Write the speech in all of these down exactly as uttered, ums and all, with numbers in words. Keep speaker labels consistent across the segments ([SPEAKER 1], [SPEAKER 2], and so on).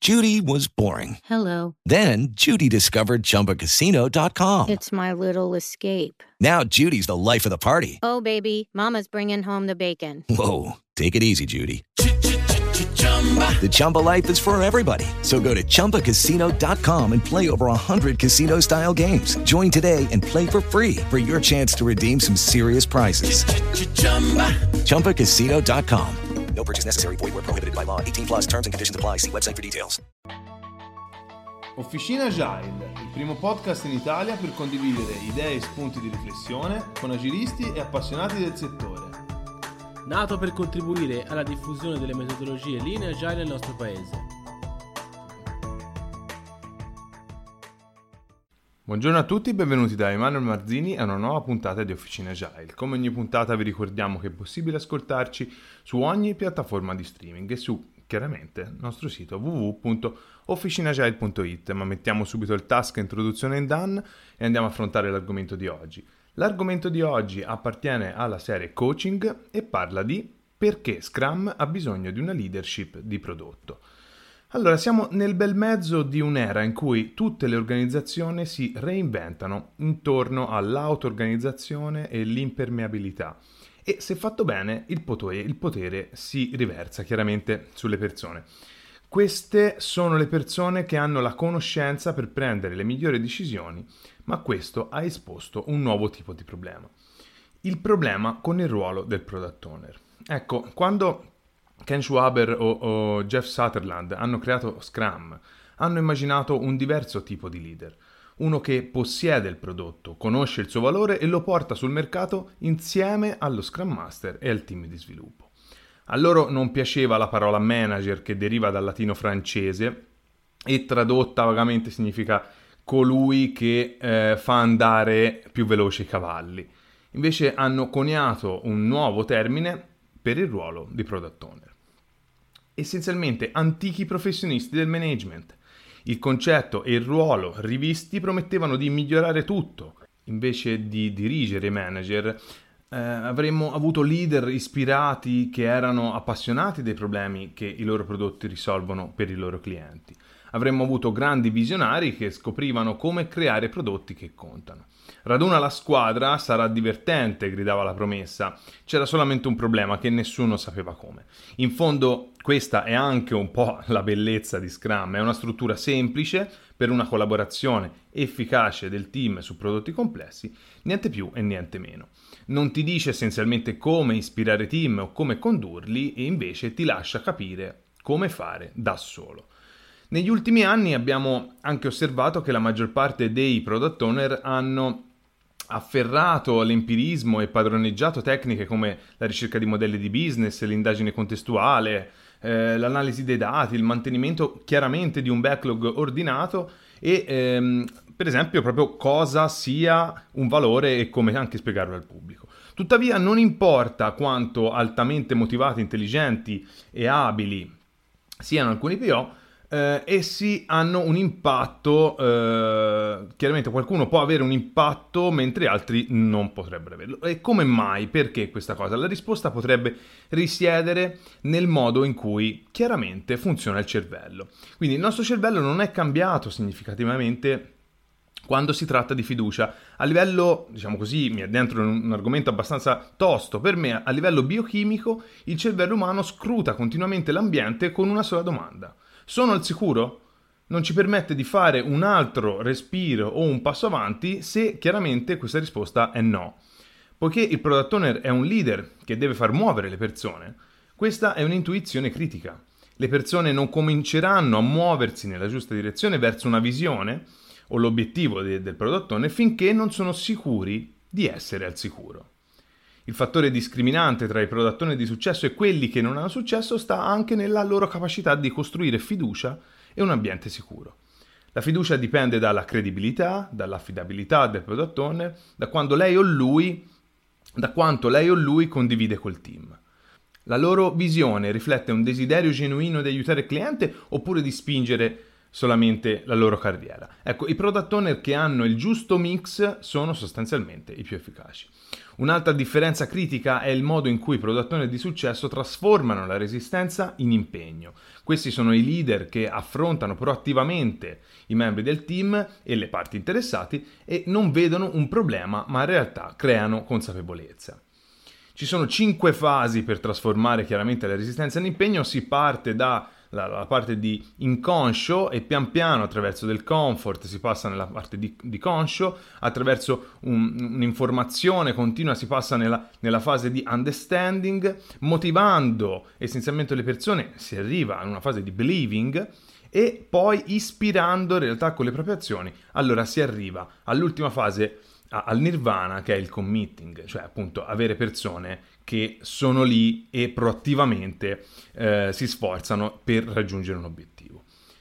[SPEAKER 1] Judy was boring.
[SPEAKER 2] Hello.
[SPEAKER 1] Then Judy discovered Chumba Casino dot com.
[SPEAKER 2] It's my little escape.
[SPEAKER 1] Now Judy's the life of the party.
[SPEAKER 2] Oh, baby, mama's bringing home the bacon.
[SPEAKER 1] Whoa, take it easy, Judy. The Chumba life is for everybody. So go to Chumba Casino dot com and play over one hundred casino-style games. Join today and play for free for your chance to redeem some serious prizes. Chumba Casino dot com. No purchase necessary. Void where prohibited by law. eighteen plus terms and conditions apply. See website for details.
[SPEAKER 3] Officina Agile, il primo podcast in Italia per condividere idee e spunti di riflessione con agilisti e appassionati del settore.
[SPEAKER 4] Nato per contribuire alla diffusione delle metodologie Lean e Agile nel nostro paese.
[SPEAKER 3] Buongiorno a tutti, benvenuti da Emanuele Marzini a una nuova puntata di Officina Agile. Come ogni puntata vi ricordiamo che è possibile ascoltarci su ogni piattaforma di streaming e su, chiaramente, il nostro sito w w w punto officinaagile punto i t. Ma mettiamo subito il task introduzione in done e andiamo a affrontare l'argomento di oggi. L'argomento di oggi appartiene alla serie Coaching e parla di perché Scrum ha bisogno di una leadership di prodotto. Allora, siamo nel bel mezzo di un'era in cui tutte le organizzazioni si reinventano intorno all'auto-organizzazione e l'impermeabilità. E se fatto bene, il potere, il potere si riversa chiaramente sulle persone. Queste sono le persone che hanno la conoscenza per prendere le migliori decisioni, ma questo ha esposto un nuovo tipo di problema. Il problema con il ruolo del product owner. Ecco, quando Ken Schwaber o, o Jeff Sutherland hanno creato Scrum, hanno immaginato un diverso tipo di leader. Uno che possiede il prodotto, conosce il suo valore e lo porta sul mercato insieme allo Scrum Master e al team di sviluppo. A loro non piaceva la parola manager, che deriva dal latino francese e tradotta vagamente significa colui che eh, fa andare più veloci i cavalli. Invece hanno coniato un nuovo termine per il ruolo di product owner. Essenzialmente antichi professionisti del management. Il concetto e il ruolo rivisti promettevano di migliorare tutto. Invece di dirigere i manager, eh, avremmo avuto leader ispirati che erano appassionati dei problemi che i loro prodotti risolvono per i loro clienti. Avremmo avuto grandi visionari che scoprivano come creare prodotti che contano. Raduna la squadra, sarà divertente, gridava la promessa. C'era solamente un problema, che nessuno sapeva come. In fondo questa è anche un po' la bellezza di Scrum, è una struttura semplice per una collaborazione efficace del team su prodotti complessi, niente più e niente meno. Non ti dice essenzialmente come ispirare team o come condurli e invece ti lascia capire come fare da solo. Negli ultimi anni abbiamo anche osservato che la maggior parte dei product owner hanno afferrato l'empirismo e padroneggiato tecniche come la ricerca di modelli di business, l'indagine contestuale, eh, l'analisi dei dati, il mantenimento chiaramente di un backlog ordinato e ehm, per esempio proprio cosa sia un valore e come anche spiegarlo al pubblico. Tuttavia non importa quanto altamente motivati, intelligenti e abili siano alcuni P O, Eh, essi hanno un impatto, eh, chiaramente qualcuno può avere un impatto mentre altri non potrebbero averlo. E come mai? Perché questa cosa? La risposta potrebbe risiedere nel modo in cui chiaramente funziona il cervello. Quindi il nostro cervello non è cambiato significativamente quando si tratta di fiducia. A livello, diciamo così, mi addentro in un argomento abbastanza tosto, per me a livello biochimico il cervello umano scruta continuamente l'ambiente con una sola domanda. Sono al sicuro? Non ci permette di fare un altro respiro o un passo avanti se chiaramente questa risposta è no. Poiché il product owner è un leader che deve far muovere le persone, questa è un'intuizione critica. Le persone non cominceranno a muoversi nella giusta direzione verso una visione o l'obiettivo de- del product owner finché non sono sicuri di essere al sicuro. Il fattore discriminante tra i product owner di successo e quelli che non hanno successo sta anche nella loro capacità di costruire fiducia e un ambiente sicuro. La fiducia dipende dalla credibilità, dall'affidabilità del product owner, da quando lei o lui, da quanto lei o lui condivide col team. La loro visione riflette un desiderio genuino di aiutare il cliente oppure di spingere solamente la loro carriera. Ecco, i product owner che hanno il giusto mix sono sostanzialmente i più efficaci. Un'altra differenza critica è il modo in cui i product owner di successo trasformano la resistenza in impegno. Questi sono i leader che affrontano proattivamente i membri del team e le parti interessati e non vedono un problema, ma in realtà creano consapevolezza. Ci sono cinque fasi per trasformare chiaramente la resistenza in impegno. Si parte da La, la parte di inconscio e pian piano attraverso del comfort si passa nella parte di, di conscio, attraverso un, un'informazione continua si passa nella, nella fase di understanding, motivando essenzialmente le persone si arriva a una fase di believing e poi ispirando in realtà con le proprie azioni, allora si arriva all'ultima fase, a, al nirvana, che è il committing, cioè appunto avere persone che sono lì e proattivamente eh, si sforzano per raggiungere un obiettivo.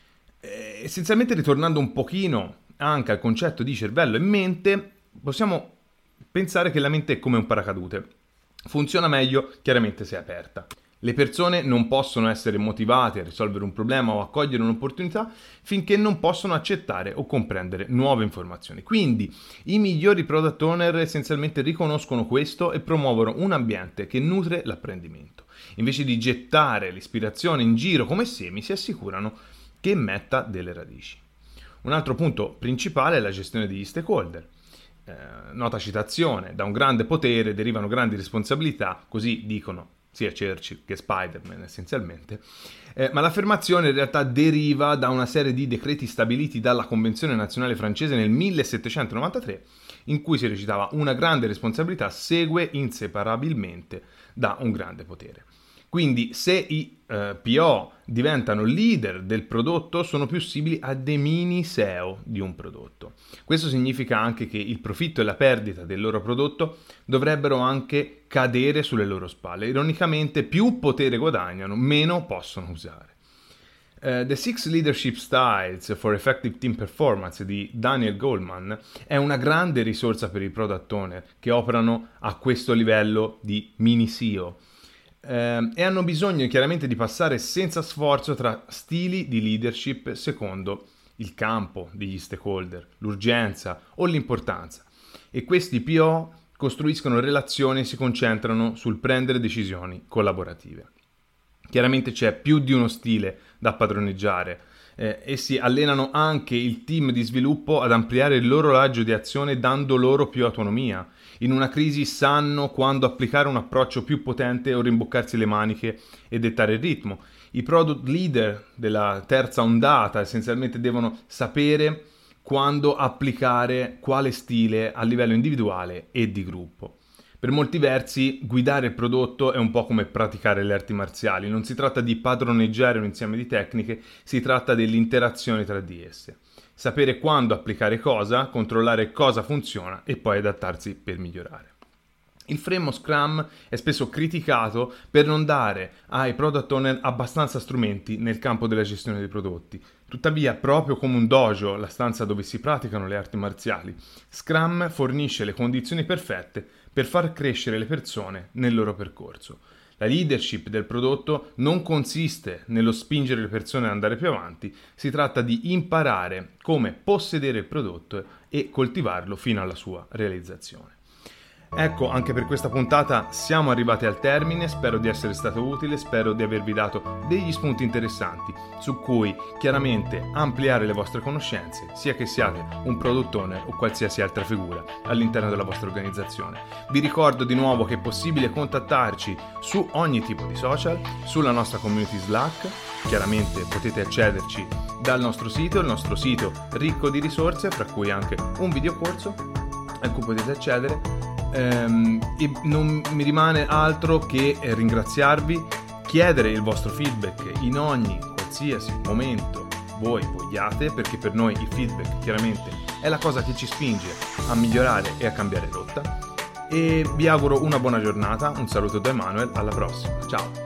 [SPEAKER 3] Eh, essenzialmente, ritornando un pochino anche al concetto di cervello e mente, possiamo pensare che la mente è come un paracadute. Funziona meglio chiaramente se è aperta. Le persone non possono essere motivate a risolvere un problema o a cogliere un'opportunità finché non possono accettare o comprendere nuove informazioni. Quindi i migliori product owner essenzialmente riconoscono questo e promuovono un ambiente che nutre l'apprendimento. Invece di gettare l'ispirazione in giro come semi, si assicurano che metta delle radici. Un altro punto principale è la gestione degli stakeholder. Eh, nota citazione: da un grande potere derivano grandi responsabilità, così dicono sia Churchill che Spider-Man essenzialmente, eh, ma l'affermazione in realtà deriva da una serie di decreti stabiliti dalla Convenzione Nazionale Francese nel millesettecentonovantatré, in cui si recitava: una grande responsabilità segue inseparabilmente da un grande potere. Quindi se i eh, P O diventano leader del prodotto, sono più simili a dei mini S E O di un prodotto. Questo significa anche che il profitto e la perdita del loro prodotto dovrebbero anche cadere sulle loro spalle. Ironicamente, più potere guadagnano, meno possono usare. Uh, The Six Leadership Styles for Effective Team Performance di Daniel Goleman è una grande risorsa per i product owner che operano a questo livello di mini S E O. Eh, e hanno bisogno chiaramente di passare senza sforzo tra stili di leadership secondo il campo degli stakeholder, l'urgenza o l'importanza, e questi P O costruiscono relazioni e si concentrano sul prendere decisioni collaborative. Chiaramente c'è più di uno stile da padroneggiare. Eh, essi allenano anche il team di sviluppo ad ampliare il loro raggio di azione dando loro più autonomia. In una crisi sanno quando applicare un approccio più potente o rimboccarsi le maniche e dettare il ritmo. I product leader della terza ondata essenzialmente devono sapere quando applicare quale stile a livello individuale e di gruppo. Per molti versi, guidare il prodotto è un po' come praticare le arti marziali. Non si tratta di padroneggiare un insieme di tecniche, si tratta dell'interazione tra di esse. Sapere quando applicare cosa, controllare cosa funziona e poi adattarsi per migliorare. Il framework Scrum è spesso criticato per non dare ai product owner abbastanza strumenti nel campo della gestione dei prodotti. Tuttavia, proprio come un dojo, la stanza dove si praticano le arti marziali, Scrum fornisce le condizioni perfette per far crescere le persone nel loro percorso. La leadership del prodotto non consiste nello spingere le persone ad andare più avanti, si tratta di imparare come possedere il prodotto e coltivarlo fino alla sua realizzazione. Ecco, anche per questa puntata siamo arrivati al termine, spero di essere stato utile, spero di avervi dato degli spunti interessanti su cui chiaramente ampliare le vostre conoscenze, sia che siate un product owner o qualsiasi altra figura all'interno della vostra organizzazione. Vi ricordo di nuovo che è possibile contattarci su ogni tipo di social, sulla nostra community Slack, chiaramente potete accederci dal nostro sito, il nostro sito ricco di risorse, fra cui anche un videocorso a cui potete accedere. Um, e non mi rimane altro che ringraziarvi, chiedere il vostro feedback in ogni qualsiasi momento voi vogliate, perché per noi il feedback chiaramente è la cosa che ci spinge a migliorare e a cambiare rotta. E vi auguro una buona giornata, un saluto da Emanuele, alla prossima, ciao!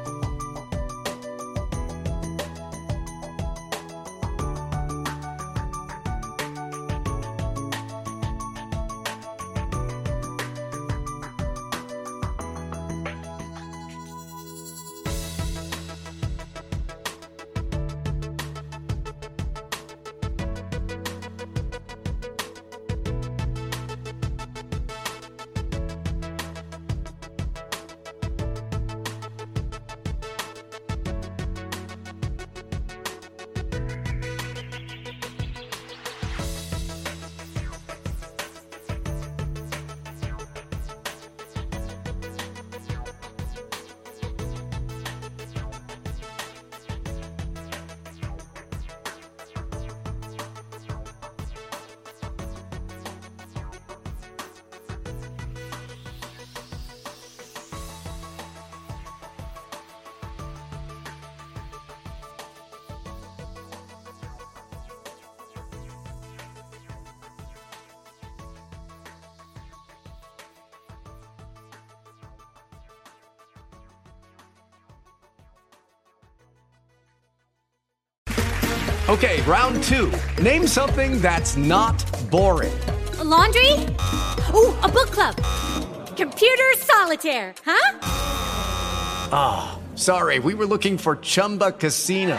[SPEAKER 5] Okay, round two. Name something that's not boring.
[SPEAKER 6] A laundry? Ooh, a book club. Computer solitaire, huh?
[SPEAKER 5] Ah, oh, sorry, we were looking for Chumba Casino.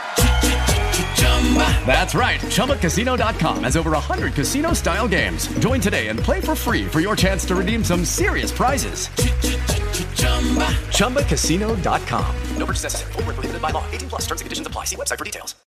[SPEAKER 5] That's right, Chumba Casino dot com has over one hundred casino-style games. Join today and play for free for your chance to redeem some serious prizes. Chumba Casino dot com. No purchase necessary. Void where prohibited by law. eighteen plus terms and conditions apply. See website for details.